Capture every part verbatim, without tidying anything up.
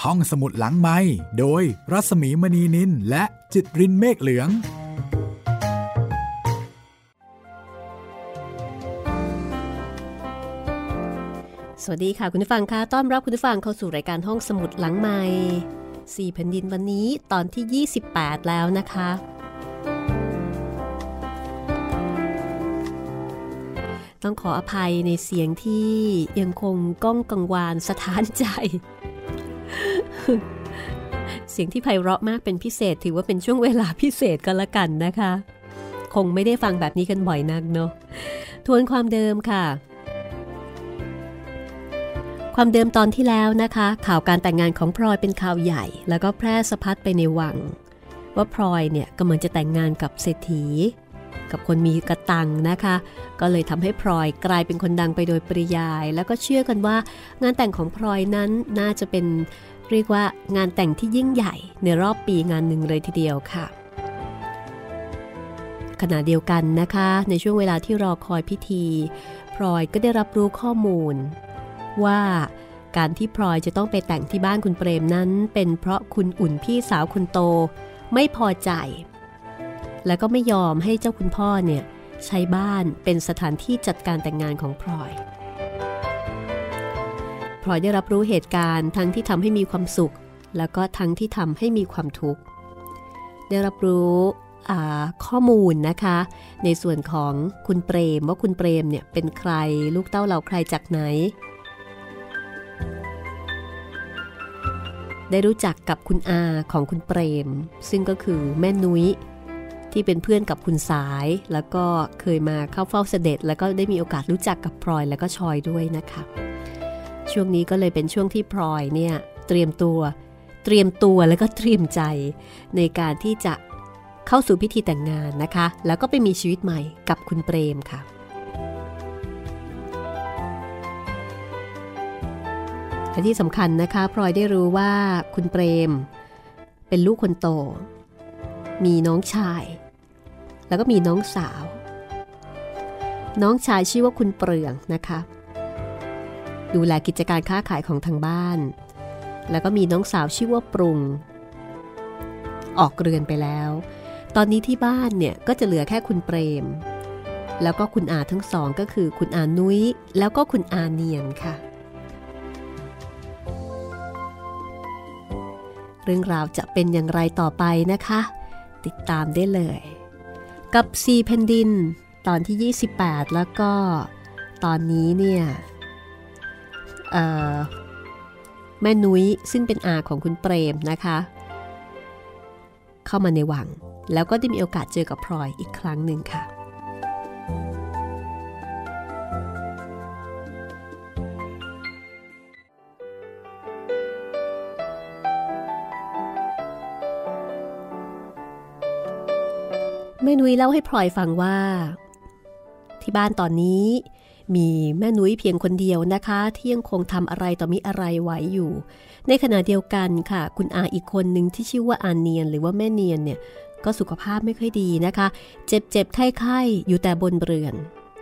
ห้องสมุดหลังไมค์โดยรัศมีมณีนินและจิตรินเมฆเหลืองสวัสดีค่ะคุณผู้ฟังค่ะต้อนรับคุณผู้ฟังเข้าสู่รายการห้องสมุดหลังไมค์สี่แผ่นดินวันนี้ตอนที่ยี่สิบแปดแล้วนะคะต้องขออภัยในเสียงที่ยังคงก้องกังวานสะท้านใจ เสียงที่ไพเราะมากเป็นพิเศษถือว่าเป็นช่วงเวลาพิเศษก็แล้วกันนะคะคงไม่ได้ฟังแบบนี้กันบ่อยนักเนาะทวนความเดิมค่ะความเดิมตอนที่แล้วนะคะข่าวการแต่งงานของพลอยเป็นข่าวใหญ่แล้วก็แพร่สะพัดไปในวังว่าพลอยเนี่ยกำลังจะแต่งงานกับเศรษฐีกับคนมีกระตังนะคะก็เลยทำให้พลอยกลายเป็นคนดังไปโดยปริยายแล้วก็เชื่อกันว่างานแต่งของพลอยนั้นน่าจะเป็นเรียกว่างานแต่งที่ยิ่งใหญ่ในรอบปีงานหนึ่งเลยทีเดียวค่ะขณะเดียวกันนะคะในช่วงเวลาที่รอคอยพิธีพลอยก็ได้รับรู้ข้อมูลว่าการที่พลอยจะต้องไปแต่งที่บ้านคุณเปรมนั้นเป็นเพราะคุณอุ่นพี่สาวคนโตไม่พอใจและก็ไม่ยอมให้เจ้าคุณพ่อเนี่ยใช้บ้านเป็นสถานที่จัดการแต่งงานของพลอยพลอยได้รับรู้เหตุการณ์ทั้งที่ทำให้มีความสุขแล้วก็ทั้งที่ทำให้มีความทุกข์ได้รับรู้ข้อมูลนะคะในส่วนของคุณเปรมว่าคุณเปรมเนี่ยเป็นใครลูกเต้าเหล่าใครจากไหนได้รู้จักกับคุณอาของคุณเปรมซึ่งก็คือแม่นุ้ยที่เป็นเพื่อนกับคุณสายแล้วก็เคยมาเข้าเฝ้าเสด็จแล้วก็ได้มีโอกาสรู้จักกับพลอยแล้วก็ชอยด้วยนะคะช่วงนี้ก็เลยเป็นช่วงที่พลอยเนี่ยเตรียมตัวเตรียมตัวแล้วก็เตรียมใจในการที่จะเข้าสู่พิธีแต่งงานนะคะแล้วก็ไปมีชีวิตใหม่กับคุณเปรมค่ะและที่สำคัญนะคะพลอยได้รู้ว่าคุณเปรมเป็นลูกคนโตมีน้องชายแล้วก็มีน้องสาวน้องชายชื่อว่าคุณเปลืองนะคะดูแลกิจการค้าขายของทางบ้านแล้วก็มีน้องสาวชื่อว่าปรุงออกเรือนไปแล้วตอนนี้ที่บ้านเนี่ยก็จะเหลือแค่คุณเปรมแล้วก็คุณอาทั้งสองก็คือคุณอานุ้ยแล้วก็คุณอาเนียนค่ะเรื่องราวจะเป็นอย่างไรต่อไปนะคะติดตามได้เลยกับสี่แผ่นดินตอนที่ยี่สิบแปดแล้วก็ตอนนี้เนี่ยแม่นุ้ยซึ่งเป็นอาของคุณเปรมนะคะเข้ามาในวังแล้วก็ได้มีโอกาสเจอกับพลอยอีกครั้งหนึ่งค่ะแม่นุ้ยเล่าให้พลอยฟังว่าที่บ้านตอนนี้มีแม่นุ้ยเพียงคนเดียวนะคะที่ยังคงทำอะไรต่อมิอะไรไหวอยู่ในขณะเดียวกันค่ะคุณอาอีกคนหนึ่งที่ชื่อว่าอาเนียนหรือว่าแม่เนียนเนี่ยก็สุขภาพไม่ค่อยดีนะคะเจ็บเจ็บไข้ไข้อยู่แต่บนเรือน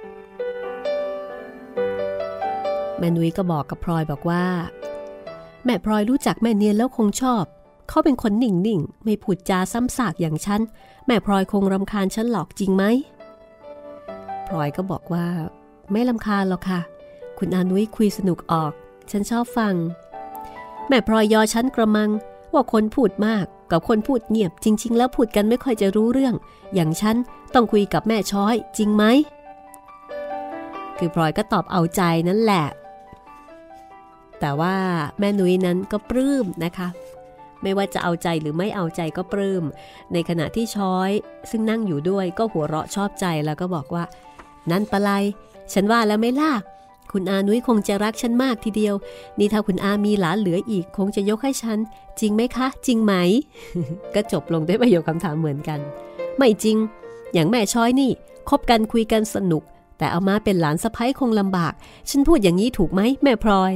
แม่นุ้ยก็บอกกับพลอยบอกว่าแม่พลอยรู้จักแม่เนียนแล้วคงชอบเขาเป็นคนนิ่งๆไม่พูดจาซ้ำซากอย่างฉันแม่พลอยคงรำคาญฉันหรอกจริงไหมพลอยก็บอกว่าไม่รำคาญหรอกค่ะคุณอานุ้ยคุยสนุกออกฉันชอบฟังแม่พลอยยอฉันกระมังว่าคนพูดมากกับคนพูดเงียบจริงๆแล้วพูดกันไม่ค่อยจะรู้เรื่องอย่างฉันต้องคุยกับแม่ช้อยจริงไหมคือพลอยก็ตอบเอาใจนั่นแหละแต่ว่าแม่นุ้ยนั้นก็ปลื้มนะคะไม่ว่าจะเอาใจหรือไม่เอาใจก็ปลื้มในขณะที่ช้อยซึ่งนั่งอยู่ด้วยก็หัวเราะชอบใจแล้วก็บอกว่านั่นปะไลฉันว่าแล้วไม่ล่ะคุณอานุ้ยคงจะรักฉันมากทีเดียวนี่ถ้าคุณอามีหลานเหลืออีกคงจะยกให้ฉันจริงไหมคะจริงไหม ก็จบลงด้วยประโยคคำถามเหมือนกันไม่จริงอย่างแม่ช้อยนี่คบกันคุยกันสนุกแต่เอามาเป็นหลานสะใภ้คงลำบากฉันพูดอย่างนี้ถูกไหมแม่พลอย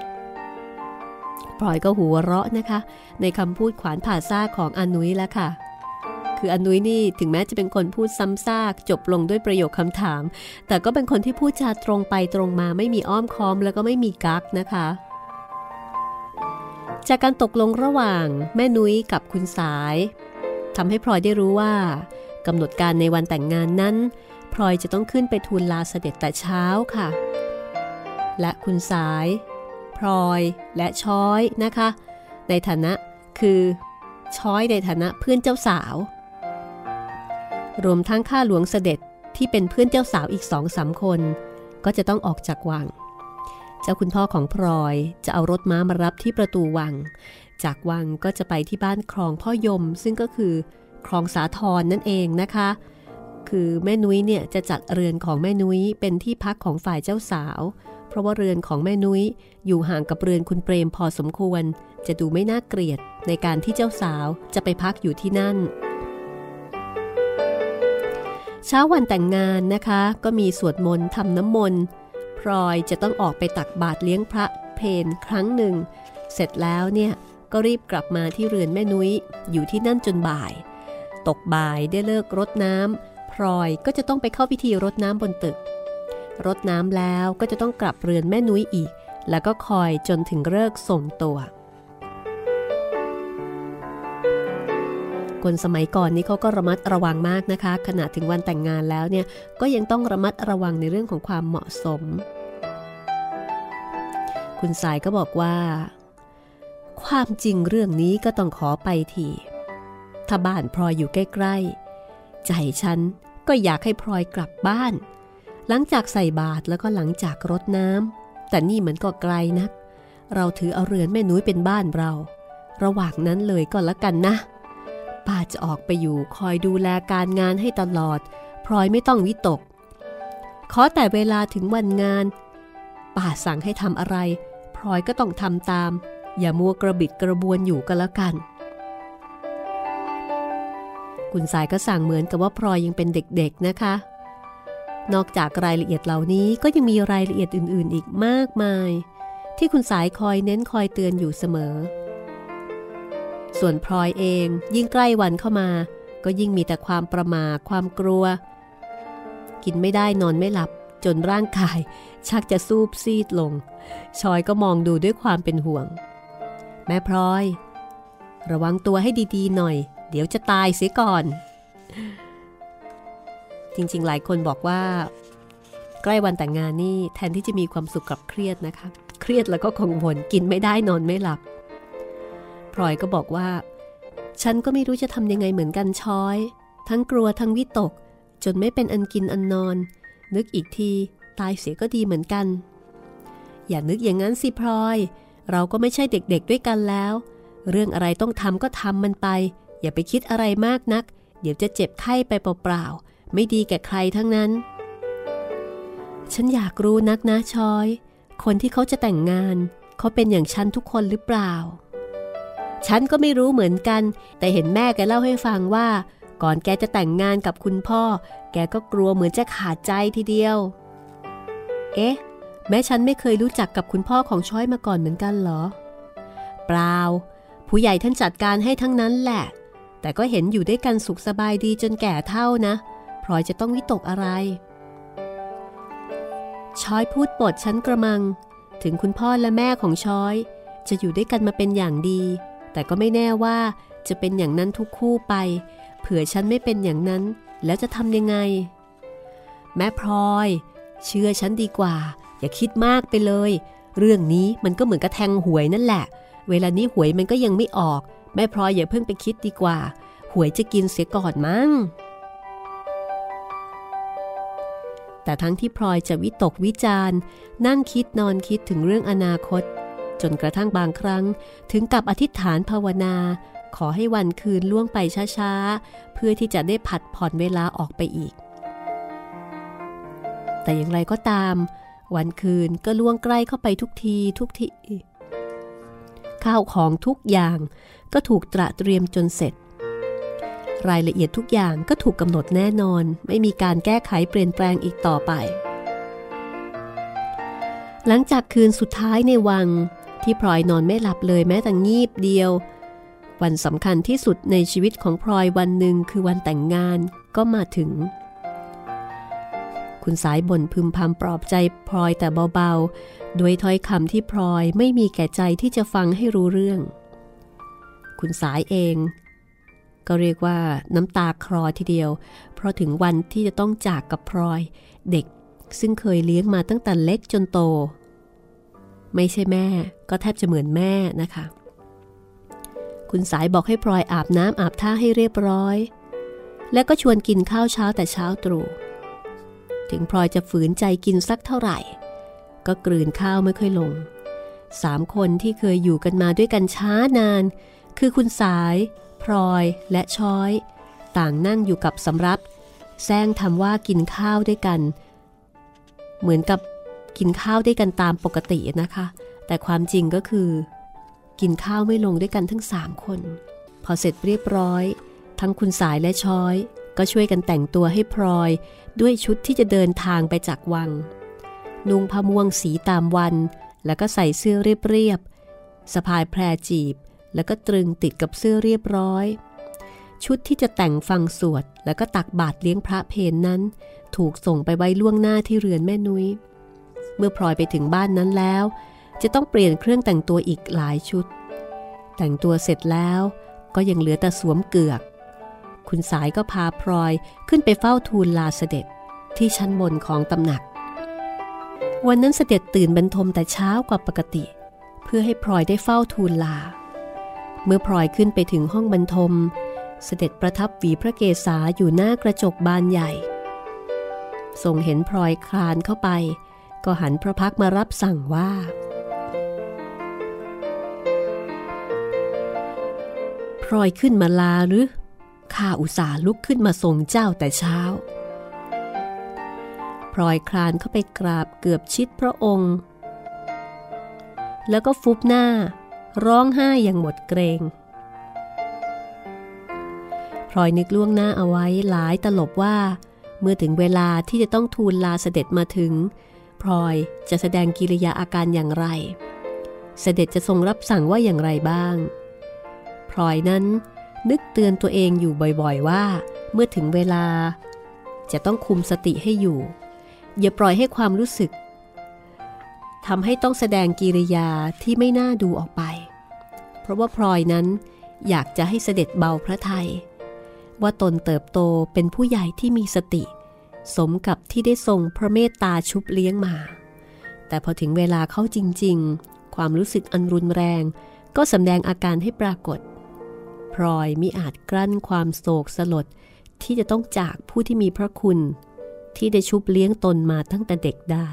พลอยก็หัวเราะนะคะในคำพูดขวานผ่าซ่าของอานุ้ยแล้วค่ะ คืออนุ้ยนี่ถึงแม้จะเป็นคนพูดซ้ำซากจบลงด้วยประโยคคำถามแต่ก็เป็นคนที่พูดจาตรงไปตรงมาไม่มีอ้อมค้อมแล้วก็ไม่มีกั๊กนะคะจากการตกลงระหว่างแม่นุ้ยกับคุณสายทำให้พลอยได้รู้ว่ากำหนดการในวันแต่งงานนั้นพลอยจะต้องขึ้นไปทูลลาเสด็จแต่เช้าค่ะและคุณสายพลอยและช้อยนะคะในฐานะคือช้อยในฐานะเพื่อนเจ้าสาวรวมทั้งข้าหลวงเสด็จที่เป็นเพื่อนเจ้าสาวอีกสองสามคนก็จะต้องออกจากวังเจ้าคุณพ่อของพลอยจะเอารถม้ามารับที่ประตูวังจากวังก็จะไปที่บ้านคลองพ่อยมซึ่งก็คือคลองสาธรนั่นเองนะคะคือแม่นุ้ยเนี่ยจะจัดเรือนของแม่นุ้ยเป็นที่พักของฝ่ายเจ้าสาวเพราะว่าเรือนของแม่นุ้ยอยู่ห่างกับเรือนคุณเปรมพอสมควรจะดูไม่น่าเกลียดในการที่เจ้าสาวจะไปพักอยู่ที่นั่นเช้าวันแต่งงานนะคะก็มีสวดมนต์ทำน้ำมนต์พลอยจะต้องออกไปตักบาตรเลี้ยงพระเพลครั้งหนึ่งเสร็จแล้วเนี่ยก็รีบกลับมาที่เรือนแม่นุ้ยอยู่ที่นั่นจนบ่ายตกบ่ายได้เลิกรดน้ำพลอยก็จะต้องไปเข้าพิธีรดน้ำบนตึกรดน้ำแล้วก็จะต้องกลับเรือนแม่นุ้ยอีกแล้วก็คอยจนถึงฤกษ์ส่งตัวคนสมัยก่อนนี้เขาก็ระมัดระวังมากนะคะขณะถึงวันแต่งงานแล้วเนี่ยก็ยังต้องระมัดระวังในเรื่องของความเหมาะสมคุณสายก็บอกว่าความจริงเรื่องนี้ก็ต้องขอไปทีถ้าบ้านพลอยอยู่ใกล้ๆใจฉันก็อยากให้พลอยกลับบ้านหลังจากใส่บาตรแล้วก็หลังจากรดน้ำแต่นี่มันก็ไกลนักเราถือเอาเรือนแม่นุ้ยเป็นบ้านเราระหว่างนั้นเลยก็แล้วกันนะป้าจะออกไปอยู่คอยดูแลการงานให้ตลอดพลอยไม่ต้องวิตกขอแต่เวลาถึงวันงานป้าสั่งให้ทำอะไรพลอยก็ต้องทำตามอย่ามัวกระบิดกระบวนอยู่ก็แล้วกันคุณสายก็สั่งเหมือนกับว่าพลอยยังเป็นเด็กๆนะคะนอกจากรายละเอียดเหล่านี้ก็ยังมีรายละเอียดอื่นๆอีกมากมายที่คุณสายคอยเน้นคอยเตือนอยู่เสมอส่วนพลอยเองยิ่งใกล้วันเข้ามาก็ยิ่งมีแต่ความประหม่าความกลัวกินไม่ได้นอนไม่หลับจนร่างกายชักจะซูบซีดลงชอยก็มองดูด้วยความเป็นห่วงแม่พลอยระวังตัวให้ดีๆหน่อยเดี๋ยวจะตายเสียก่อนจริงๆหลายคนบอกว่าใกล้วันแต่งงานนี่แทนที่จะมีความสุขกับเครียดนะคะเครียดแล้วก็กังวลกินไม่ได้นอนไม่หลับพลอยก็บอกว่าฉันก็ไม่รู้จะทำยังไงเหมือนกันช้อยทั้งกลัวทั้งวิตกจนไม่เป็นอันกินอันนอนนึกอีกทีตายเสียก็ดีเหมือนกันอย่านึกอย่างนั้นสิพลอยเราก็ไม่ใช่เด็กๆด้วยกันแล้วเรื่องอะไรต้องทำก็ทำมันไปอย่าไปคิดอะไรมากนักเดี๋ยวจะเจ็บไข้ไปเปล่าๆไม่ดีแก่ใครทั้งนั้นฉันอยากรู้นักนะช้อยคนที่เขาจะแต่งงานเขาเป็นอย่างฉันทุกคนหรือเปล่าฉันก็ไม่รู้เหมือนกันแต่เห็นแม่แกเล่าให้ฟังว่าก่อนแกจะแต่งงานกับคุณพ่อแกก็กลัวเหมือนจะขาดใจทีเดียวเอ๊ะแม้ฉันไม่เคยรู้จักกับคุณพ่อของช้อยมาก่อนเหมือนกันเหรอเปล่าผู้ใหญ่ท่านจัดการให้ทั้งนั้นแหละแต่ก็เห็นอยู่ด้วยกันสุขสบายดีจนแก่เฒ่านะพลอยจะต้องวิตกอะไรช้อยพูดปดฉันกระมังถึงคุณพ่อและแม่ของช้อยจะอยู่ด้วยกันมาเป็นอย่างดีแต่ก็ไม่แน่ว่าจะเป็นอย่างนั้นทุกคู่ไปเผื่อฉันไม่เป็นอย่างนั้นแล้วจะทำยังไงแม่พลอยเชื่อฉันดีกว่าอย่าคิดมากไปเลยเรื่องนี้มันก็เหมือนกับแทงหวยนั่นแหละเวลานี้หวยมันก็ยังไม่ออกแม่พลอยอย่าเพิ่งไปคิดดีกว่าหวยจะกินเสียก่อนมั้งแต่ทั้งที่พลอยจะวิตกวิจารณ์นั่งคิดนอนคิดถึงเรื่องอนาคตจนกระทั่งบางครั้งถึงกับอธิษฐานภาวนาขอให้วันคืนล่วงไปช้าๆเพื่อที่จะได้ผัดผ่อนเวลาออกไปอีกแต่อย่างไรก็ตามวันคืนก็ล่วงใกล้เข้าไปทุกทีทุกทีข้าวของทุกอย่างก็ถูกตระเตรียมจนเสร็จรายละเอียดทุกอย่างก็ถูกกำหนดแน่นอนไม่มีการแก้ไขเปลี่ยนแปลงอีกต่อไปหลังจากคืนสุดท้ายในวังที่พลอยนอนไม่หลับเลยแม้แต่งีบเดียววันสำคัญที่สุดในชีวิตของพลอยวันหนึ่งคือวันแต่งงานก็มาถึงคุณสายบ่นพึมพำปลอบใจพลอยแต่เบาๆด้วยถ้อยคำที่พลอยไม่มีแก่ใจที่จะฟังให้รู้เรื่องคุณสายเองก็เรียกว่าน้ำตาคลอทีเดียวเพราะถึงวันที่จะต้องจากกับพลอยเด็กซึ่งเคยเลี้ยงมาตั้งแต่เล็กจนโตไม่ใช่แม่ก็แทบจะเหมือนแม่นะคะคุณสายบอกให้พลอยอาบน้ำอาบท่าให้เรียบร้อยแล้วก็ชวนกินข้าวเช้าแต่เช้าตรู่ถึงพลอยจะฝืนใจกินสักเท่าไหร่ก็กลืนข้าวไม่ค่อยลงสามคนที่เคยอยู่กันมาด้วยกันช้านานคือคุณสายพลอยและช้อยต่างนั่งอยู่กับสำรับแซงทำว่ากินข้าวด้วยกันเหมือนกับกินข้าวด้วยกันตามปกตินะคะแต่ความจริงก็คือกินข้าวไม่ลงด้วยกันทั้งสามคนพอเสร็จเรียบร้อยทั้งคุณสายและช้อยก็ช่วยกันแต่งตัวให้พลอยด้วยชุดที่จะเดินทางไปจากวังนุ่งผ้าม่วงสีตามวันแล้วก็ใส่เสื้อเรียบๆสะพายแพรจีบแล้วก็ตรึงติดกับเสื้อเรียบร้อยชุดที่จะแต่งฟังสวดแล้วก็ตักบาตรเลี้ยงพระเพลนั้นถูกส่งไปไว้ล่วงหน้าที่เรือนแม่นุ้ยเมื่อพลอยไปถึงบ้านนั้นแล้วจะต้องเปลี่ยนเครื่องแต่งตัวอีกหลายชุดแต่งตัวเสร็จแล้วก็ยังเหลือแต่สวมเกือกคุณสายก็พาพลอยขึ้นไปเฝ้าทูลลาเสด็จที่ชั้นบนของตำหนักวันนั้นเสด็จตื่นบรรทมแต่เช้ากว่าปกติเพื่อให้พลอยได้เฝ้าทูลลาเมื่อพลอยขึ้นไปถึงห้องบรรทมเสด็จประทับหวีพระเกศาอยู่หน้ากระจกบานใหญ่ทรงเห็นพลอยคลานเข้าไปก็หันพระพักตร์มารับสั่งว่าพลอยขึ้นมาลาหรือข้าอุตส่าห์ลุกขึ้นมาส่งเจ้าแต่เช้าพลอยคลานเข้าไปกราบเกือบชิดพระองค์แล้วก็ฟุบหน้าร้องไห้อย่างหมดเกรงพลอยนึกล่วงหน้าเอาไว้หลายตลบว่าเมื่อถึงเวลาที่จะต้องทูลลาเสด็จมาถึงพลอยจะแสดงกิริยาอาการอย่างไรเสด็จจะทรงรับสั่งว่าอย่างไรบ้างพลอยนั้นนึกเตือนตัวเองอยู่บ่อยๆว่าเมื่อถึงเวลาจะต้องคุมสติให้อยู่อย่าปล่อยให้ความรู้สึกทำให้ต้องแสดงกิริยาที่ไม่น่าดูออกไปเพราะว่าพลอยนั้นอยากจะให้เสด็จเบาพระทัยว่าตนเติบโตเป็นผู้ใหญ่ที่มีสติสมกับที่ได้ทรงพระเมตตาชุบเลี้ยงมาแต่พอถึงเวลาเข้าจริงๆความรู้สึกอันรุนแรงก็สำแดงอาการให้ปรากฏพลอยมิอาจกลั้นความโศกสลดที่จะต้องจากผู้ที่มีพระคุณที่ได้ชุบเลี้ยงตนมาตั้งแต่เด็กได้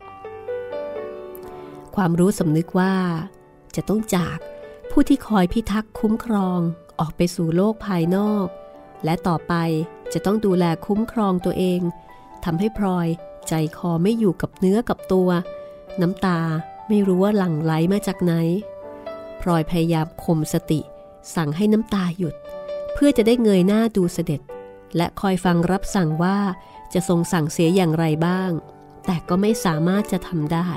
ความรู้สำนึกว่าจะต้องจากผู้ที่คอยพิทักษ์คุ้มครองออกไปสู่โลกภายนอกและต่อไปจะต้องดูแลคุ้มครองตัวเองทำให้พลอยใจคอไม่อยู่กับเนื้อกับตัวน้ำตาไม่รู้ว่าหลั่งไหลมาจากไหนพลอยพยายามข่มสติสั่งให้น้ำตาหยุดเพื่อจะได้เงยหน้าดูเสด็จและคอยฟังรับสั่งว่าจะทรงสั่งเสียอย่างไรบ้างแต่ก็ไม่สามารถจะทำได้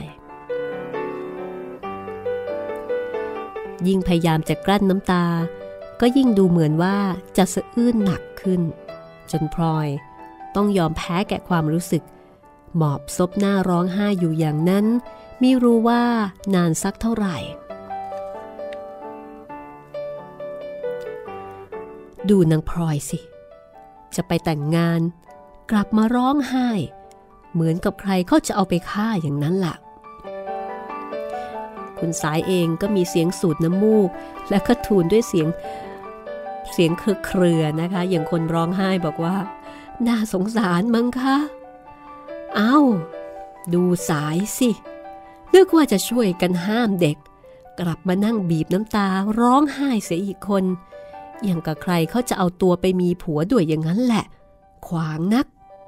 ยิ่งพยายามจะกลั้นน้ำตาก็ยิ่งดูเหมือนว่าจะสะอื้นหนักขึ้นจนพลอยต้องยอมแพ้แก่ความรู้สึกหมอบซบหน้าร้องไห้อยู่อย่างนั้นไม่รู้ว่านานสักเท่าไหร่ดูนางพลอยสิจะไปแต่งงานกลับมาร้องไห้เหมือนกับใครเขาจะเอาไปฆ่าอย่างนั้นล่ะคุณสายเองก็มีเสียงสูดน้ำมูกและก็ทูลด้วยเสียงเสียงเครือๆนะคะอย่างคนร้องไห้บอกว่าน่าสงสารมั้งคะอ้าวดูสายสินึกว่าจะช่วยกันห้ามเด็กกลับมานั่งบีบน้ำตาร้องไห้เสียอีกคนอย่างกับใครเขาจะเอาตัวไปมีผัวด้วยอย่างนั้นแหละขวางนัก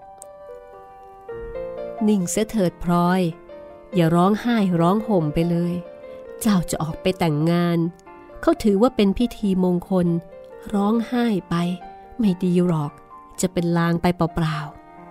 นิ่งเสียเถิดพลอยอย่าร้องไห้ร้องห่มไปเลยเจ้าจะออกไปแต่งงานเขาถือว่าเป็นพิธีมงคลร้องไห้ไปไม่ดีหรอกจะเป็นลางไปเปล่า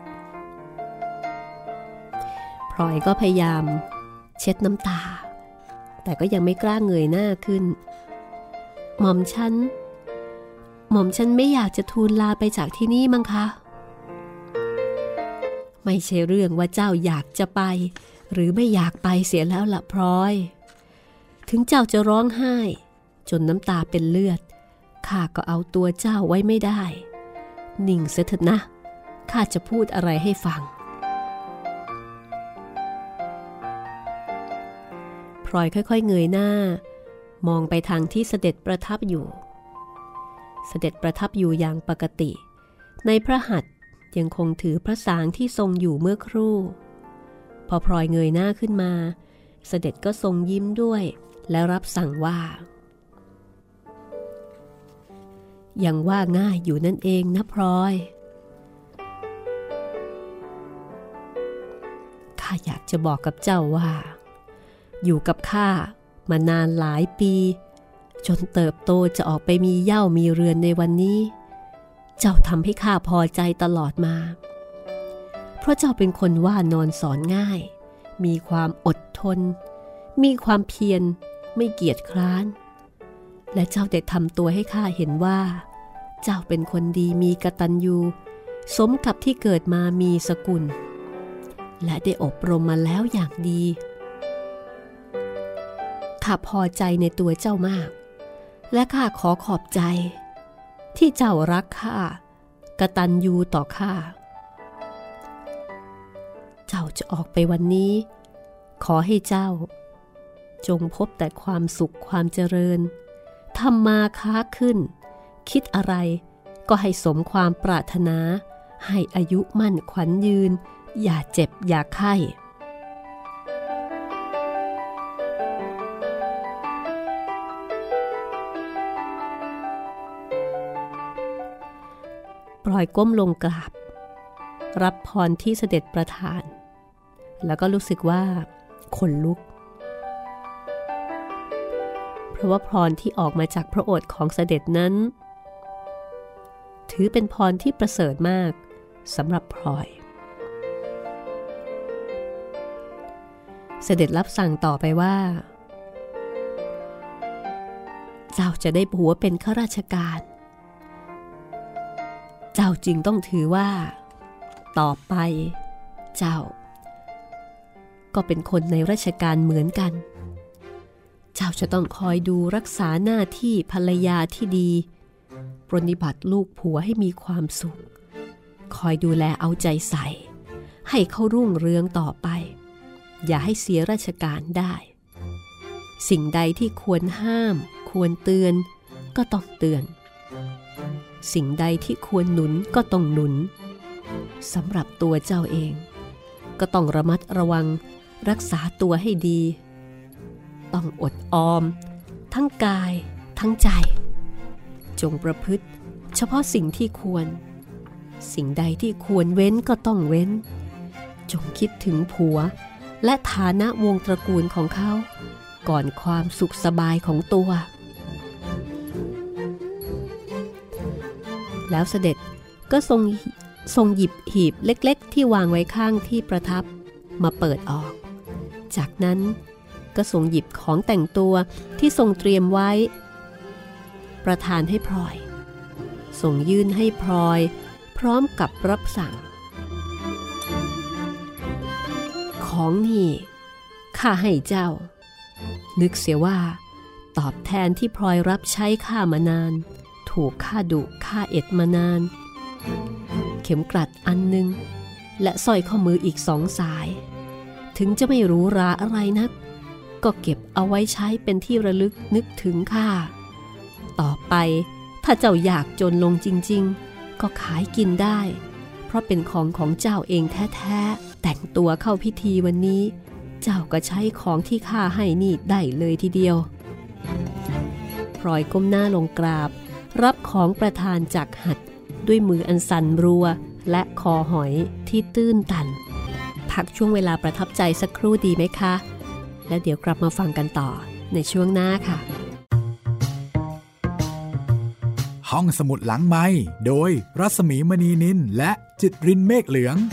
ๆพลอยก็พยายามเช็ดน้ำตาแต่ก็ยังไม่กล้าเงยหน้าขึ้นหม่อมฉันหม่อมฉันไม่อยากจะทูลลาไปจากที่นี่มั้งคะไม่ใช่เรื่องว่าเจ้าอยากจะไปหรือไม่อยากไปเสียแล้วล่ะพลอยถึงเจ้าจะร้องไห้จนน้ำตาเป็นเลือดข้าก็เอาตัวเจ้าไว้ไม่ได้นิ่งเสียเถอะนะข้าจะพูดอะไรให้ฟังพลอยค่อยๆเงยหน้ามองไปทางที่เสด็จประทับอยู่เสด็จประทับอยู่อย่างปกติในพระหัตถ์ยังคงถือพระสางที่ทรงอยู่เมื่อครู่พอพลอยเงยหน้าขึ้นมาเสด็จก็ทรงยิ้มด้วยและรับสั่งว่ายังว่าง่ายอยู่นั่นเองนะพลอยข้าอยากจะบอกกับเจ้าว่าอยู่กับข้ามานานหลายปีจนเติบโตจะออกไปมีเหย้ามีเรือนในวันนี้เจ้าทำให้ข้าพอใจตลอดมาเพราะเจ้าเป็นคนว่านอนสอนง่ายมีความอดทนมีความเพียรไม่เกียจคร้านและเจ้าได้ทำตัวให้ข้าเห็นว่าเจ้าเป็นคนดีมีกตัญญูสมกับที่เกิดมามีสกุลและได้อบรมมาแล้วอย่างดีข้าพอใจในตัวเจ้ามากและข้าขอขอบใจที่เจ้ารักข้ากตัญญูต่อข้าเจ้าจะออกไปวันนี้ขอให้เจ้าจงพบแต่ความสุขความเจริญทำมาค้าขึ้นคิดอะไรก็ให้สมความปรารถนาให้อายุมั่นขวัญยืนอย่าเจ็บอย่าไข้ปล่อยก้มลงกราบรับพรที่เสด็จประทานแล้วก็รู้สึกว่าขนลุกเพราะว่าพรที่ออกมาจากพระโอษฐ์ของเสด็จนั้นถือเป็นพรที่ประเสริฐมากสำหรับพลอยเสด็จรับสั่งต่อไปว่าเจ้าจะได้ผัวเป็นข้าราชการเจ้าจึงต้องถือว่าต่อไปเจ้าก็เป็นคนในราชการเหมือนกันเจ้าจะต้องคอยดูรักษาหน้าที่ภรรยาที่ดีปรนนิบัติลูกผัวให้มีความสุขคอยดูแลเอาใจใส่ให้เขารุ่งเรืองต่อไปอย่าให้เสียราชการได้สิ่งใดที่ควรห้ามควรเตือนก็ต้องเตือนสิ่งใดที่ควรหนุนก็ต้องหนุนสำหรับตัวเจ้าเองก็ต้องระมัดระวังรักษาตัวให้ดีต้องอดออมทั้งกายทั้งใจจงประพฤติเฉพาะสิ่งที่ควรสิ่งใดที่ควรเว้นก็ต้องเว้นจงคิดถึงผัวและฐานะวงตระกูลของเขาก่อนความสุขสบายของตัวแล้วเสด็จก็ทรงทรงหยิบหีบเล็กๆที่วางไว้ข้างที่ประทับมาเปิดออกจากนั้นก็ทรงหยิบของแต่งตัวที่ทรงเตรียมไว้ประทานให้พลอยทรงยื่นให้พลอยพร้อมกับรับสั่งของนี่ข้าให้เจ้านึกเสียว่าตอบแทนที่พลอยรับใช้ข้ามานานถูกข้าดุข้าเอ็ดมานานเข็มกลัดอันนึงและสร้อยข้อมืออีกสองสายถึงจะไม่รู้ราอะไรนักก็เก็บเอาไว้ใช้เป็นที่ระลึกนึกถึงข้าต่อไปถ้าเจ้าอยากจนลงจริงๆก็ขายกินได้เพราะเป็นของของเจ้าเองแท้ๆแต่งตัวเข้าพิธีวันนี้เจ้าก็ใช้ของที่ข้าให้นี่ได้เลยทีเดียวพลอยก้มหน้าลงกราบรับของประทานจากหัตถ์ด้วยมืออันสั่นรัวและคอหอยที่ตื้นตันพักช่วงเวลาประทับใจสักครู่ดีไหมคะแล้วเดี๋ยวกลับมาฟังกันต่อในช่วงหน้าค่ะห้องสมุดหลังไมค์โดยรัศมีมณีนินและจิตรินเมฆเหลือง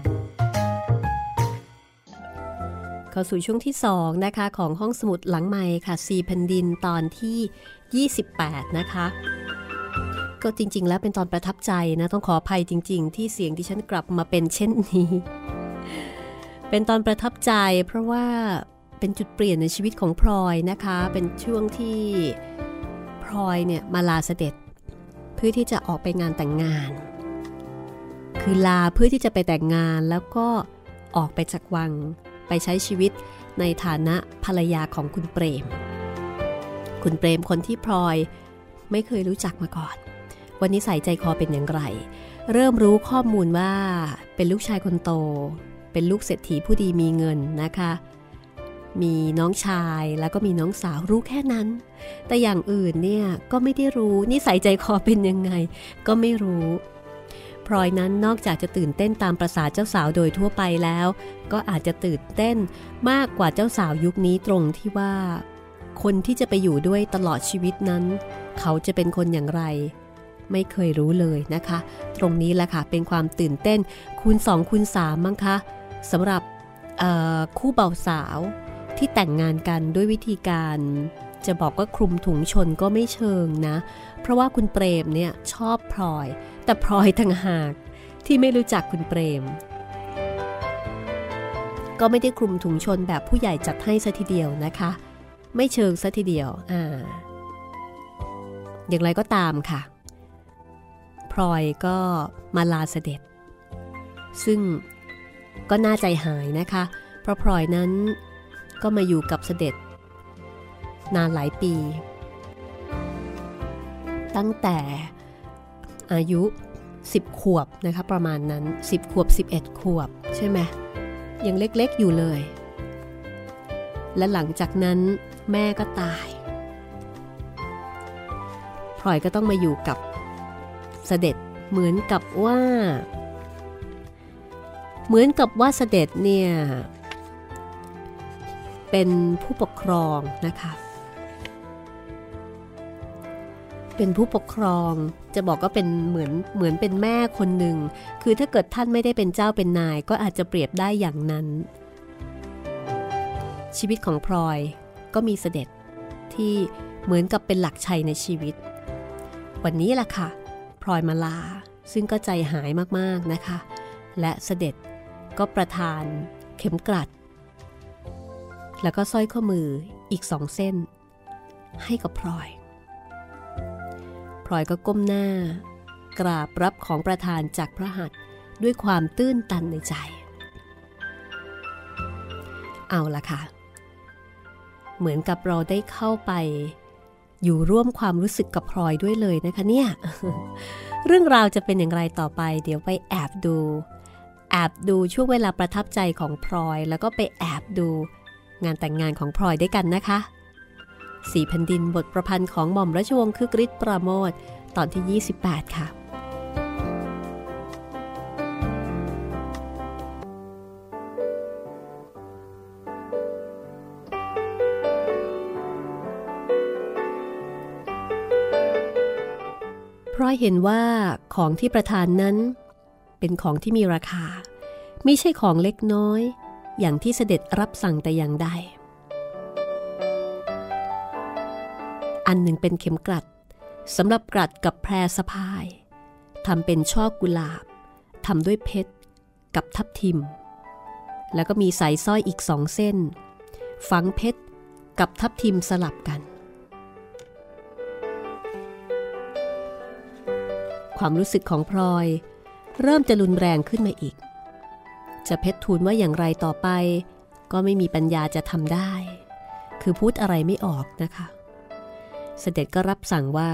เข้าสู่ช่วงที่สองนะคะของห้องสมุดหลังไมค์ค่ะสี่แผ่นดินตอนที่ยี่สิบแปดนะคะก็จริงๆแล้วเป็นตอนประทับใจนะต้องขออภัยจริงๆที่เสียงที่ฉันกลับมาเป็นเช่นนี้เป็นตอนประทับใจเพราะว่าเป็นจุดเปลี่ยนในชีวิตของพลอยนะคะเป็นช่วงที่พลอยเนี่ยมาลาเสด็จเพื่อที่จะออกไปงานแต่งงานคือลาเพื่อที่จะไปแต่งงานแล้วก็ออกไปจากวังไปใช้ชีวิตในฐานะภรรยาของคุณเปรมคุณเปรมคนที่พลอยไม่เคยรู้จักมาก่อนวันนี้ใส่ใจคอเป็นอย่างไรเริ่มรู้ข้อมูลว่าเป็นลูกชายคนโตเป็นลูกเศรษฐีผู้ดีมีเงินนะคะมีน้องชายแล้วก็มีน้องสาวรู้แค่นั้นแต่อย่างอื่นเนี่ยก็ไม่ได้รู้นิสัยใจคอเป็นยังไงก็ไม่รู้พลอยนั้นนอกจากจะตื่นเต้นตามประสาเจ้าสาวโดยทั่วไปแล้วก็อาจจะตื่นเต้นมากกว่าเจ้าสาวยุคนี้ตรงที่ว่าคนที่จะไปอยู่ด้วยตลอดชีวิตนั้นเขาจะเป็นคนอย่างไรไม่เคยรู้เลยนะคะตรงนี้แหละค่ะเป็นความตื่นเต้นคูณสองคูณสามมั้งคะสำหรับคู่บ่าวสาวที่แต่งงานกันด้วยวิธีการจะบอกว่าคลุมถุงชนก็ไม่เชิงนะเพราะว่าคุณเปรมเนี่ยชอบพลอยแต่พลอยต่างหากที่ไม่รู้จักคุณเปรมก็ไม่ได้คลุมถุงชนแบบผู้ใหญ่จัดให้ซะทีเดียวนะคะไม่เชิงซะทีเดียวอ่าอย่างไรก็ตามค่ะพลอยก็มาลาเสด็จซึ่งก็น่าใจหายนะคะเพราะพลอยนั้นก็มาอยู่กับเสด็จนานหลายปีตั้งแต่อายุสิบขวบนะคะประมาณนั้นสิบขวบสิบเอ็ดขวบใช่ไหมยังเล็กๆอยู่เลยและหลังจากนั้นแม่ก็ตายพลอยก็ต้องมาอยู่กับเสด็จเหมือนกับว่าเหมือนกับว่าเสด็จเนี่ยเป็นผู้ปกครองนะคะเป็นผู้ปกครองจะบอกก็เป็นเหมือนเหมือนเป็นแม่คนหนึ่งคือถ้าเกิดท่านไม่ได้เป็นเจ้าเป็นนายก็อาจจะเปรียบได้อย่างนั้นชีวิตของพลอยก็มีเสด็จที่เหมือนกับเป็นหลักชัยในชีวิตวันนี้ล่ะค่ะพลอยมาลาซึ่งก็ใจหายมากๆนะคะและเสด็จก็ประทานเข็มกลัดแล้วก็สร้อยข้อมืออีกสองเส้นให้กับพลอยพลอยก็ก้มหน้ากราบรับของประทานจากพระหัตถ์ด้วยความตื้นตันในใจเอาล่ะค่ะเหมือนกับเราได้เข้าไปอยู่ร่วมความรู้สึกกับพลอยด้วยเลยนะคะเนี่ย เรื่องราวจะเป็นอย่างไรต่อไปเดี๋ยวไปแอบดูแอบดูช่วงเวลาประทับใจของพลอยแล้วก็ไปแอบดูงานแต่งงานของพลอยด้วยกันนะคะสี่แผ่นดินบทประพันธ์ของหม่อมราชวงศ์คึกฤทธิ์ปราโมทย์ตอนที่ยี่สิบแปดค่ะพลอยเห็นว่าของที่ประทานนั้นเป็นของที่มีราคาไม่ใช่ของเล็กน้อยอย่างที่เสด็จรับสั่งแต่อย่างใดอันหนึ่งเป็นเข็มกลัดสำหรับกลัดกับแพรสะพายทำเป็นช่อกุหลาบทำด้วยเพชรกับทับทิมแล้วก็มีสายสร้อยอีกสองเส้นฝังเพชรกับทับทิมสลับกันความรู้สึกของพลอยเริ่มจะรุนแรงขึ้นมาอีกจะเพชรทูลว่าอย่างไรต่อไปก็ไม่มีปัญญาจะทำได้คือพูดอะไรไม่ออกนะคะเสด็จก็รับสั่งว่า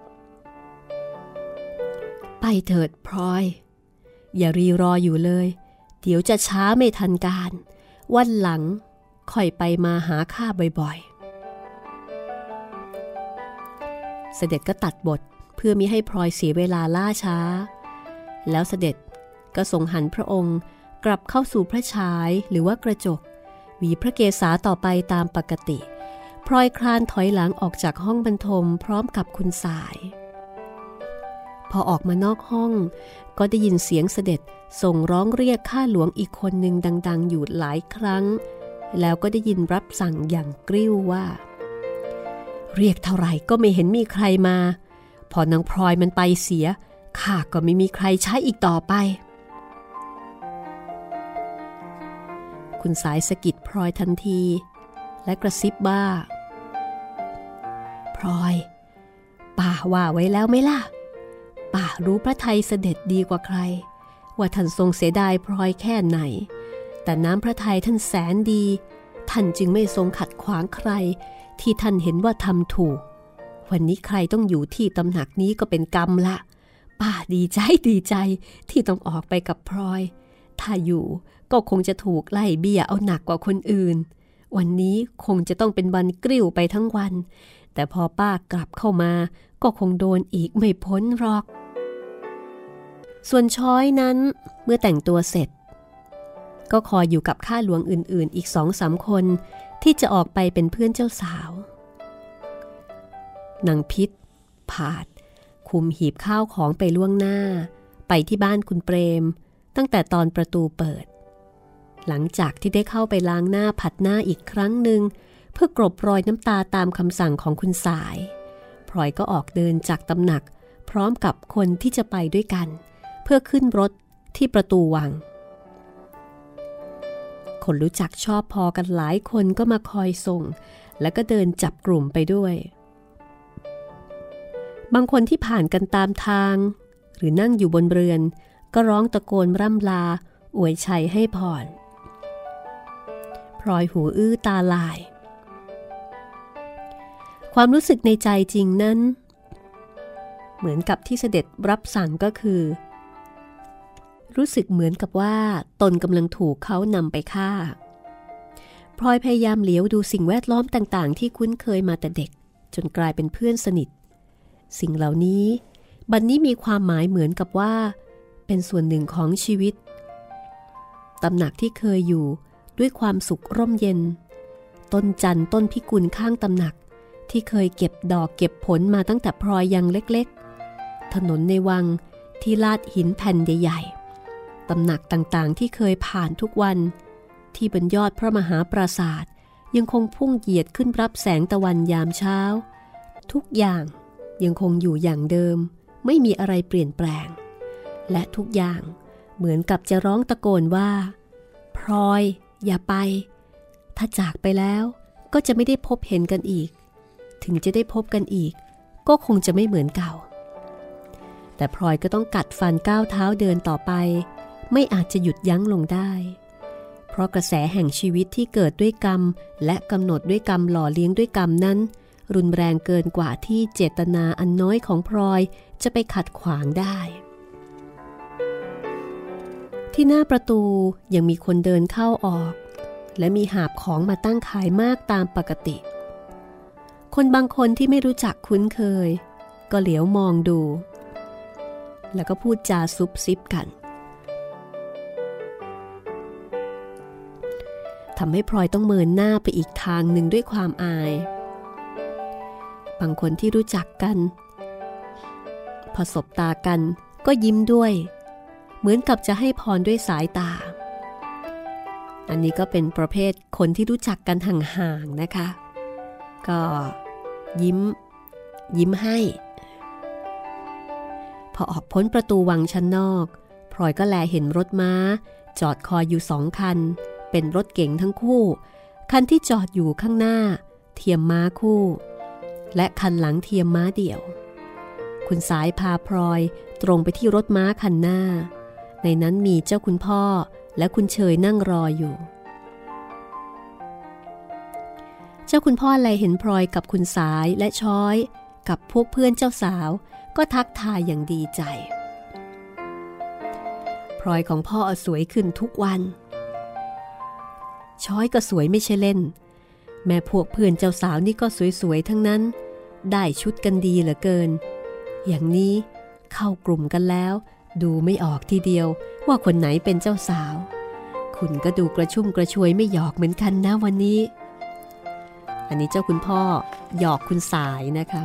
ไปเถิดพลอยอย่ารีรออยู่เลยเดี๋ยวจะช้าไม่ทันการวันหลังค่อยไปมาหาข้าบ่อยๆเสด็จก็ตัดบทเพื่อมิให้พลอยเสียเวลาล่าช้าแล้วเสด็จก็ทรงหันพระองค์กลับเข้าสู่พระฉายหรือว่ากระจกหวีพระเกศาต่อไปตามปกติพลอยคลานถอยหลังออกจากห้องบรรทมพร้อมกับคุณสายพอออกมานอกห้องก็ได้ยินเสียงเสด็จส่งร้องเรียกข้าหลวงอีกคนหนึ่งดังๆอยู่หลายครั้งแล้วก็ได้ยินรับสั่งอย่างกริ้วว่าเรียกเท่าไหร่ก็ไม่เห็นมีใครมาพพอนางพลอยมันไปเสียข้าก็ไม่มีใครใช้อีกต่อไปคุณสายสะกิดพลอยทันทีและกระซิบว่าพลอยป้าว่าไว้แล้วไหมล่ะป้ารู้พระทัยเสด็จดีกว่าใครว่าท่านทรงเสียดายพลอยแค่ไหนแต่น้ำพระทัยท่านแสนดีท่านจึงไม่ทรงขัดขวางใครที่ท่านเห็นว่าทำถูกวันนี้ใครต้องอยู่ที่ตำหนักนี้ก็เป็นกรรมละป้าดีใจดีใจที่ต้องออกไปกับพลอยถ้าอยู่ก็คงจะถูกไล่เบี้ยเอาหนักกว่าคนอื่นวันนี้คงจะต้องเป็นวันกลิ้วไปทั้งวันแต่พอป้ากลับเข้ามาก็คงโดนอีกไม่พ้นหรอกส่วนช้อยนั้นเมื่อแต่งตัวเสร็จก็คอยอยู่กับข้าหลวงอื่นๆอีกสองสามคนที่จะออกไปเป็นเพื่อนเจ้าสาวนางพิษผาดคุมหีบข้าวของไปล่วงหน้าไปที่บ้านคุณเปรมตั้งแต่ตอนประตูเปิดหลังจากที่ได้เข้าไปล้างหน้าผัดหน้าอีกครั้งหนึ่งเพื่อกลบรอยน้ำตาตามคำสั่งของคุณสายพลอยก็ออกเดินจากตำหนักพร้อมกับคนที่จะไปด้วยกันเพื่อขึ้นรถที่ประตูวังคนรู้จักชอบพอกันหลายคนก็มาคอยส่งแล้วก็เดินจับกลุ่มไปด้วยบางคนที่ผ่านกันตามทางหรือนั่งอยู่บนเรือนก็ร้องตะโกนร่ำลาอวยชัยให้พรพลอยหูอื้อตาลายความรู้สึกในใจจริงนั้นเหมือนกับที่เสด็จรับสั่งก็คือรู้สึกเหมือนกับว่าตนกำลังถูกเขานำไปฆ่าพลอยพยายามเหลียวดูสิ่งแวดล้อมต่างๆที่คุ้นเคยมาแต่เด็กจนกลายเป็นเพื่อนสนิทสิ่งเหล่านี้บัดนี้มีความหมายเหมือนกับว่าเป็นส่วนหนึ่งของชีวิตตำหนักที่เคยอยู่ด้วยความสุขร่มเย็นต้นจันทร์ต้นพิกุลข้างตำหนักที่เคยเก็บดอกเก็บผลมาตั้งแต่พลอยยังเล็กๆถนนในวังที่ลาดหินแผ่นใหญ่ๆตำหนักต่างๆที่เคยผ่านทุกวันที่บนยอดพระมหาปราสาทยังคงพุ่งเหยียดขึ้นรับแสงตะวันยามเช้าทุกอย่างยังคงอยู่อย่างเดิมไม่มีอะไรเปลี่ยนแปลงและทุกอย่างเหมือนกับจะร้องตะโกนว่าพลอยอย่าไปถ้าจากไปแล้วก็จะไม่ได้พบเห็นกันอีกถึงจะได้พบกันอีกก็คงจะไม่เหมือนเก่าแต่พลอยก็ต้องกัดฟันก้าวเท้าเดินต่อไปไม่อาจจะหยุดยั้งลงได้เพราะกระแสแห่งชีวิตที่เกิดด้วยกรรมและกำหนดด้วยกรรมหล่อเลี้ยงด้วยกรรมนั้นรุนแรงเกินกว่าที่เจตนาอันน้อยของพลอยจะไปขัดขวางได้ที่หน้าประตูยังมีคนเดินเข้าออกและมีหาบของมาตั้งขายมากตามปกติคนบางคนที่ไม่รู้จักคุ้นเคยก็เหลียวมองดูแล้วก็พูดจาซุบซิบกันทำให้พลอยต้องเมินหน้าไปอีกทางหนึ่งด้วยความอายบางคนที่รู้จักกันพอสบตากันก็ยิ้มด้วยเหมือนกับจะให้พรด้วยสายตาอันนี้ก็เป็นประเภทคนที่รู้จักกันห่างๆนะคะก็ยิ้มยิ้มให้พอออกพ้นประตูวังชั้นนอกพลอยก็แลเห็นรถม้าจอดคอยอยู่สองคันเป็นรถเก๋งทั้งคู่คันที่จอดอยู่ข้างหน้าเทียมม้าคู่และคันหลังเทียมม้าเดี่ยวคุณสายพาพลอยตรงไปที่รถม้าคันหน้าในนั้นมีเจ้าคุณพ่อและคุณเชยนั่งรออยู่เจ้าคุณพ่อแลเห็นพลอยกับคุณสายและช้อยกับพวกเพื่อนเจ้าสาวก็ทักทายอย่างดีใจพลอยของพ่อสวยขึ้นทุกวันช้อยก็สวยไม่ใช่เล่นแม่พวกเพื่อนเจ้าสาวนี่ก็สวยๆทั้งนั้นได้ชุดกันดีเหลือเกินอย่างนี้เข้ากลุ่มกันแล้วดูไม่ออกทีเดียวว่าคนไหนเป็นเจ้าสาวคุณก็ดูกระชุ่มกระชวยไม่หยอกเหมือนกันนะวันนี้อันนี้เจ้าคุณพ่อหยอกคุณสายนะคะ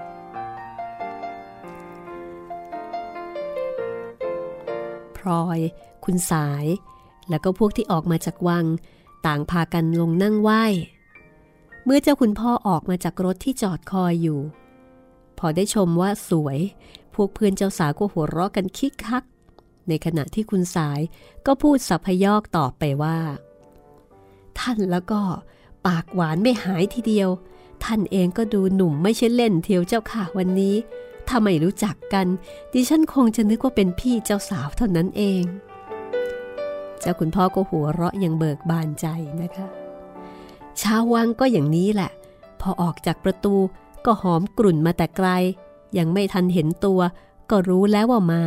พลอยคุณสายแล้วก็พวกที่ออกมาจากวังต่างพากันลงนั่งไหว้เมื่อเจ้าคุณพ่อออกมาจากรถที่จอดคอยอยู่พอได้ชมว่าสวยพวกเพื่อนเจ้าสาวก็หัวเราะกันคิกคักในขณะที่คุณสายก็พูดสัพยอกตอบไปว่าท่านแล้วก็ปากหวานไม่หายทีเดียวท่านเองก็ดูหนุ่มไม่ใช่เล่นเทียวเจ้าค่ะวันนี้ถ้าไม่รู้จักกันดิฉันคงจะนึกว่าเป็นพี่เจ้าสาวเท่านั้นเองเจ้าคุณพ่อก็หัวเราะอย่างเบิกบานใจนะคะชาววังก็อย่างนี้แหละพอออกจากประตูก็หอมกลุ่นมาแต่ไกลยังไม่ทันเห็นตัวก็รู้แล้วว่ามา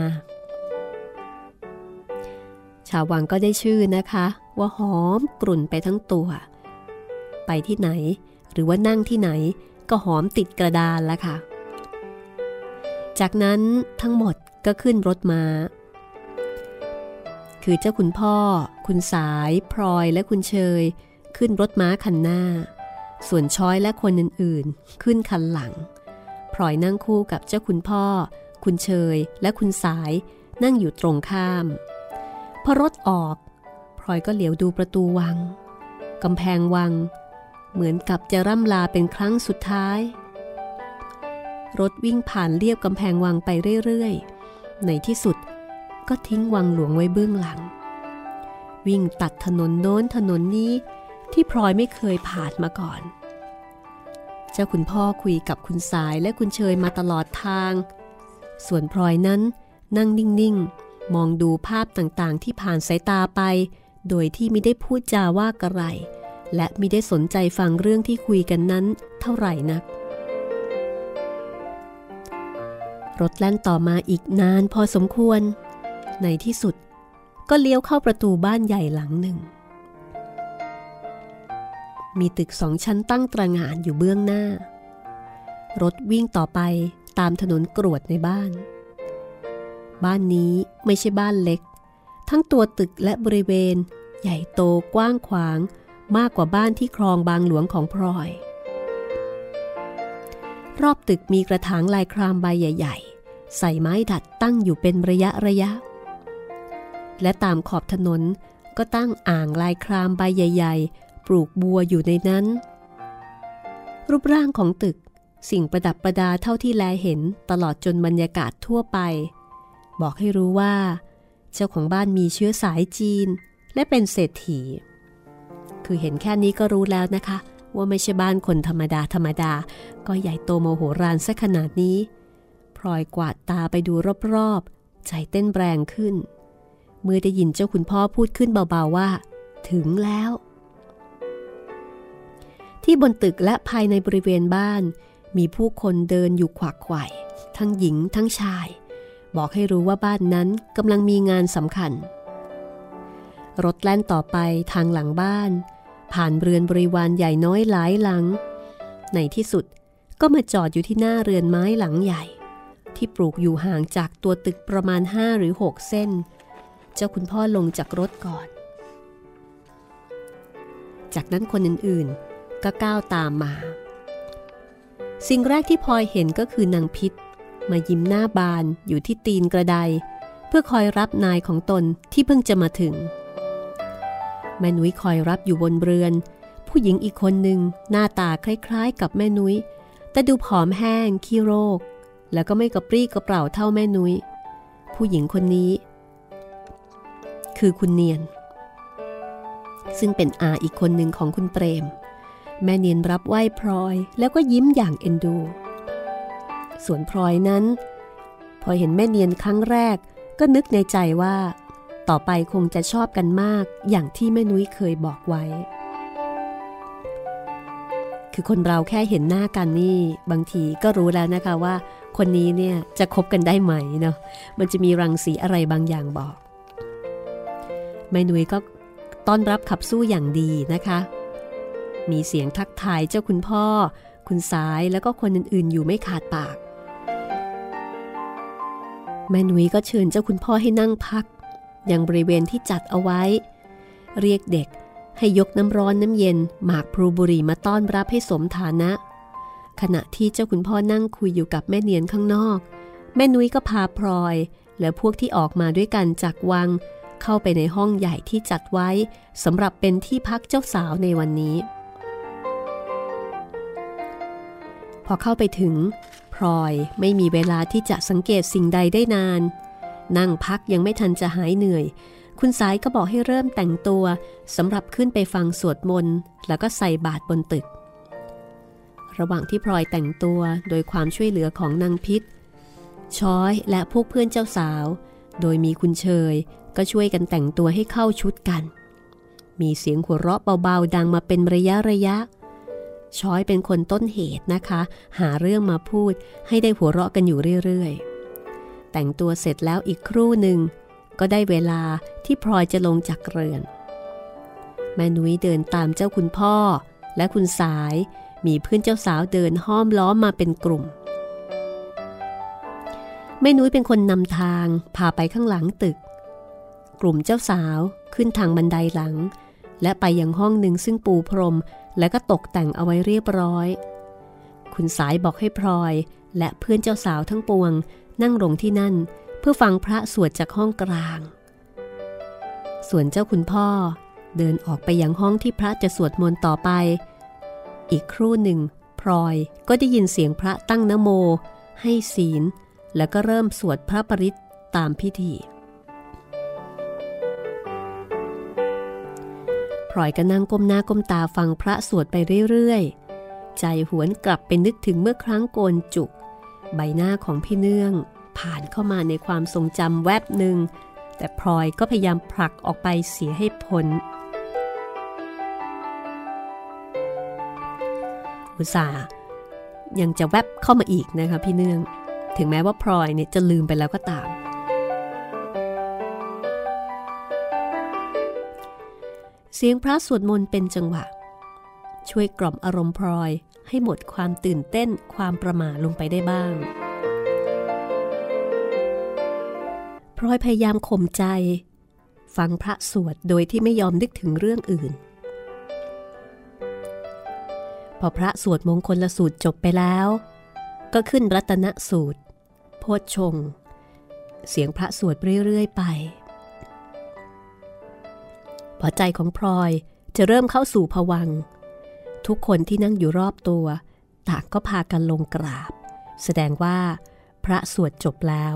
ชาววังก็ได้ชื่อนะคะว่าหอมกลุ่นไปทั้งตัวไปที่ไหนหรือว่านั่งที่ไหนก็หอมติดกระดานละค่ะจากนั้นทั้งหมดก็ขึ้นรถม้าคือเจ้าคุณพ่อคุณสายพลอยและคุณเชยขึ้นรถม้าคันหน้าส่วนช้อยและคนอื่นๆขึ้นคันหลังพลอยนั่งคู่กับเจ้าคุณพ่อคุณเชยและคุณสายนั่งอยู่ตรงข้ามพอรถออกพลอยก็เหลียวดูประตูวังกำแพงวังเหมือนกับจะร่ำลาเป็นครั้งสุดท้ายรถวิ่งผ่านเลียบกำแพงวังไปเรื่อยๆในที่สุดก็ทิ้งวังหลวงไว้เบื้องหลังวิ่งตัดถนนโน้นถนนนี้ที่พลอยไม่เคยผ่านมาก่อนเจ้าคุณพ่อคุยกับคุณสายและคุณเชยมาตลอดทางส่วนพลอยนั้นนั่งนิ่งๆมองดูภาพต่างๆที่ผ่านสายตาไปโดยที่ไม่ได้พูดจาว่ากระไรและไม่ได้สนใจฟังเรื่องที่คุยกันนั้นเท่าไหร่นักรถแล่นต่อมาอีกนานพอสมควรในที่สุดก็เลี้ยวเข้าประตูบ้านใหญ่หลังหนึ่งมีตึกสองชั้นตั้งตระหง่านอยู่เบื้องหน้ารถวิ่งต่อไปตามถนนกรวดในบ้านบ้านนี้ไม่ใช่บ้านเล็กทั้งตัวตึกและบริเวณใหญ่โตกว้างขวางมากกว่าบ้านที่คลองบางหลวงของพลอยรอบตึกมีกระถางลายครามใบใหญ่ๆใส่ไม้ดัดตั้งอยู่เป็นระยะระยะและตามขอบถนนก็ตั้งอ่างลายครามใบใหญ่ๆปลูกบัวอยู่ในนั้นรูปร่างของตึกสิ่งประดับประดาเท่าที่แลเห็นตลอดจนบรรยากาศทั่วไปบอกให้รู้ว่าเจ้าของบ้านมีเชื้อสายจีนและเป็นเศรษฐีคือเห็นแค่นี้ก็รู้แล้วนะคะว่าไม่ใช่บ้านคนธรรมดาธรรมดาก็ใหญ่โตโมโหฬารซะขนาดนี้พลอยกวาดตาไปดูรอบๆใจเต้นแรงขึ้นเมื่อได้ยินเจ้าคุณพ่อพูดขึ้นเบาๆว่าถึงแล้วที่บนตึกและภายในบริเวณบ้านมีผู้คนเดินอยู่ขวักไขว่ทั้งหญิงทั้งชายบอกให้รู้ว่าบ้านนั้นกำลังมีงานสำคัญรถแล่นต่อไปทางหลังบ้านผ่านเรือนบริวารใหญ่น้อยหลายหลังในที่สุดก็มาจอดอยู่ที่หน้าเรือนไม้หลังใหญ่ที่ปลูกอยู่ห่างจากตัวตึกประมาณห้าหรือหกเส้นเจ้าคุณพ่อลงจากรถก่อนจากนั้นคนอื่นๆก็ก้าวตามมาสิ่งแรกที่พลอยเห็นก็คือนางพิษมายิ้มหน้าบานอยู่ที่ตีนกระไดเพื่อคอยรับนายของตนที่เพิ่งจะมาถึงแม่นุ้ยคอยรับอยู่บนเรือนผู้หญิงอีกคนหนึ่งหน้าตาคล้ายๆกับแม่นุ้ยแต่ดูผอมแห้งขี้โรคแล้วก็ไม่กระปรี้กระเปร่าเท่าแม่นุ้ยผู้หญิงคนนี้คือคุณเนียนซึ่งเป็นอาอีกคนหนึ่งของคุณเปรมแม่เนียนรับไหว้พลอยแล้วก็ยิ้มอย่างเอ็นดูส่วนพลอยนั้นพอเห็นแม่เนียนครั้งแรกก็นึกในใจว่าต่อไปคงจะชอบกันมากอย่างที่แม่นุ้ยเคยบอกไว้คือคนเราแค่เห็นหน้ากันนี่บางทีก็รู้แล้วนะคะว่าคนนี้เนี่ยจะคบกันได้ไหมเนาะมันจะมีรังสีอะไรบางอย่างบอกแม่นุ้ยก็ต้อนรับขับสู้อย่างดีนะคะมีเสียงทักทายเจ้าคุณพ่อคุณสายแล้วก็คนอื่นๆอยู่ไม่ขาดปากแม่นุ้ยก็เชิญเจ้าคุณพ่อให้นั่งพักยังบริเวณที่จัดเอาไว้เรียกเด็กให้ยกน้ำร้อนน้ำเย็นหมากพลูบุหรี่มาต้อนรับให้สมฐานะขณะที่เจ้าคุณพ่อนั่งคุยอยู่กับแม่เนียนข้างนอกแม่นุ้ยก็พาพลอยและพวกที่ออกมาด้วยกันจากวังเข้าไปในห้องใหญ่ที่จัดไว้สำหรับเป็นที่พักเจ้าสาวในวันนี้พอเข้าไปถึงพพลอยไม่มีเวลาที่จะสังเกตสิ่งใดได้นานนั่งพักยังไม่ทันจะหายเหนื่อยคุณสายก็บอกให้เริ่มแต่งตัวสำหรับขึ้นไปฟังสวดมนต์แล้วก็ใส่บาตรบนตึกระหว่างที่พลอยแต่งตัวโดยความช่วยเหลือของนางพิษช้อยและพวกเพื่อนเจ้าสาวโดยมีคุณเชยก็ช่วยกันแต่งตัวให้เข้าชุดกันมีเสียงหัวเราะเบาๆดังมาเป็นระยะระยะช้อยเป็นคนต้นเหตุนะคะหาเรื่องมาพูดให้ได้หัวเราะกันอยู่เรื่อยๆแต่งตัวเสร็จแล้วอีกครู่หนึ่งก็ได้เวลาที่พลอยจะลงจากเรือนแม่นุ้ยเดินตามเจ้าคุณพ่อและคุณสายมีเพื่อนเจ้าสาวเดินห้อมล้อมมาเป็นกลุ่มแม่นุ้ยเป็นคนนำทางพาไปข้างหลังตึกกลุ่มเจ้าสาวขึ้นทางบันไดหลังและไปยังห้องหนึ่งซึ่งปูพรมและก็ตกแต่งเอาไว้เรียบร้อยคุณสายบอกให้พลอยและเพื่อนเจ้าสาวทั้งปวงนั่งลงที่นั่นเพื่อฟังพระสวดจากห้องกลางส่วนเจ้าคุณพ่อเดินออกไปยังห้องที่พระจะสวดมนต์ต่อไปอีกครู่หนึ่งพลอยก็ได้ยินเสียงพระตั้งนะโมให้ศีลแล้วก็เริ่มสวดพระปริตรตามพิธีพลอยก็นั่งก้มหน้าก้มตาฟังพระสวดไปเรื่อยๆใจหวนกลับไปนึกถึงเมื่อครั้งโกนจุกใบหน้าของพี่เนื่องผ่านเข้ามาในความทรงจำแวบหนึ่งแต่พลอยก็พยายามผลักออกไปเสียให้พ้นอุตส่าห์ยังจะแวบเข้ามาอีกนะคะพี่เนื่องถึงแม้ว่าพลอยเนี่ยจะลืมไปแล้วก็ตามเสียงพระสวดมนต์เป็นจังหวะช่วยกล่อมอารมณ์พลอยให้หมดความตื่นเต้นความประหม่าลงไปได้บ้างพลอยพยายามข่มใจฟังพระสวดโดยที่ไม่ยอมนึกถึงเรื่องอื่นพอพระสวดมงคลสูตรจบไปแล้วก็ขึ้นรัตนสูตรโพชฌงค์เสียงพระสวดเรื่อยๆไปพอใจของพลอยจะเริ่มเข้าสู่ภวังค์ทุกคนที่นั่งอยู่รอบตัวต่างก็พากันลงกราบแสดงว่าพระสวดจบแล้ว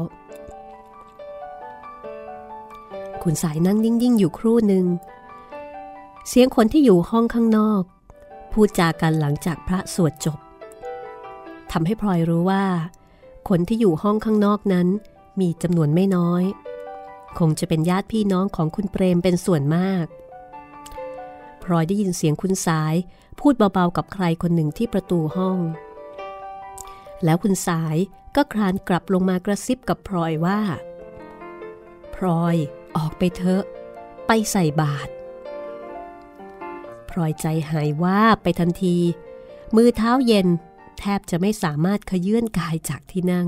คุณสายนั่งนิ่งๆอยู่ครู่หนึ่งเสียงคนที่อยู่ห้องข้างนอกพูดจากันหลังจากพระสวดจบทำให้พลอยรู้ว่าคนที่อยู่ห้องข้างนอกนั้นมีจำนวนไม่น้อยคงจะเป็นญาติพี่น้องของคุณเปรมเป็นส่วนมากพลอยได้ยินเสียงคุณสายพูดเบาๆกับใครคนหนึ่งที่ประตูห้องแล้วคุณสายก็คลานกลับลงมากระซิบกับพลอยว่าพลอยออกไปเถอะไปใส่บาตรพลอยใจหายว่าไปทันทีมือเท้าเย็นแทบจะไม่สามารถขยื่นกายจากที่นั่ง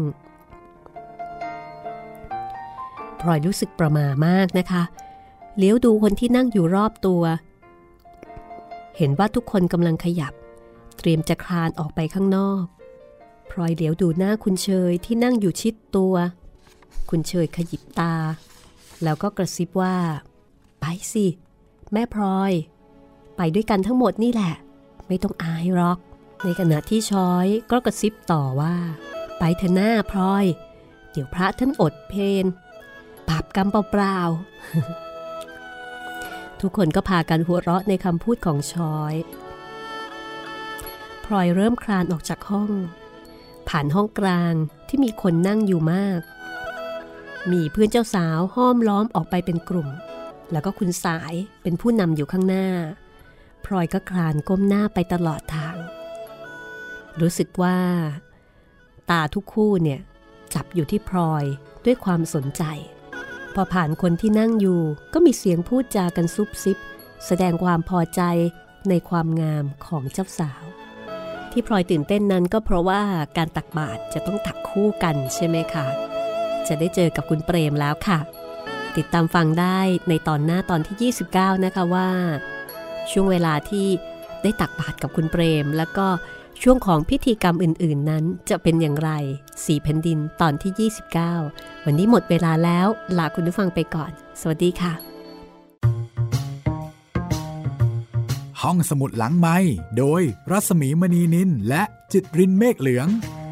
พลอยรู้สึกประหม่ามากนะคะเลี้ยวดูคนที่นั่งอยู่รอบตัวเห็นว่าทุกคนกำลังขยับเตรียมจะคลานออกไปข้างนอกพลอยเหลียวดูหน้าคุณเชยที่นั่งอยู่ชิดตัวคุณเชยขยิบตาแล้วก็กระซิบว่าไปสิแม่พลอยไปด้วยกันทั้งหมดนี่แหละไม่ต้องอายหรอกในขณะที่ช้อยก็กระซิบต่อว่าไปเถอะหน้าพลอยเดี๋ยวพระท่านอดเพลบาปกรรมเปล่าๆทุกคนก็พากันหัวเราะในคำพูดของช้อยพลอยเริ่มคลานออกจากห้องผ่านห้องกลางที่มีคนนั่งอยู่มากมีเพื่อนเจ้าสาวห้อมล้อมออกไปเป็นกลุ่มแล้วก็คุณสายเป็นผู้นำอยู่ข้างหน้าพลอยก็คลานก้มหน้าไปตลอดทางรู้สึกว่าตาทุกคู่เนี่ยจับอยู่ที่พลอยด้วยความสนใจพอผ่านคนที่นั่งอยู่ก็มีเสียงพูดจากันซุบซิบแสดงความพอใจในความงามของเจ้าสาวที่พลอยตื่นเต้นนั้นก็เพราะว่าการตักบาตรจะต้องตักคู่กันใช่ไหมคะจะได้เจอกับคุณเปรมแล้วค่ะติดตามฟังได้ในตอนหน้าตอนที่ยี่สิบเก้านะคะว่าช่วงเวลาที่ได้ตักบาตรกับคุณเปรมแล้วก็ช่วงของพิธีกรรมอื่นๆนั้นจะเป็นอย่างไรสี่แผ่นดินตอนที่ยี่สิบเก้าวันนี้หมดเวลาแล้วลาคุณผู้ฟังไปก่อนสวัสดีค่ะห้องสมุดหลังไมค์โดยรัศมีมณีนินและจิตรินเมฆเหลือง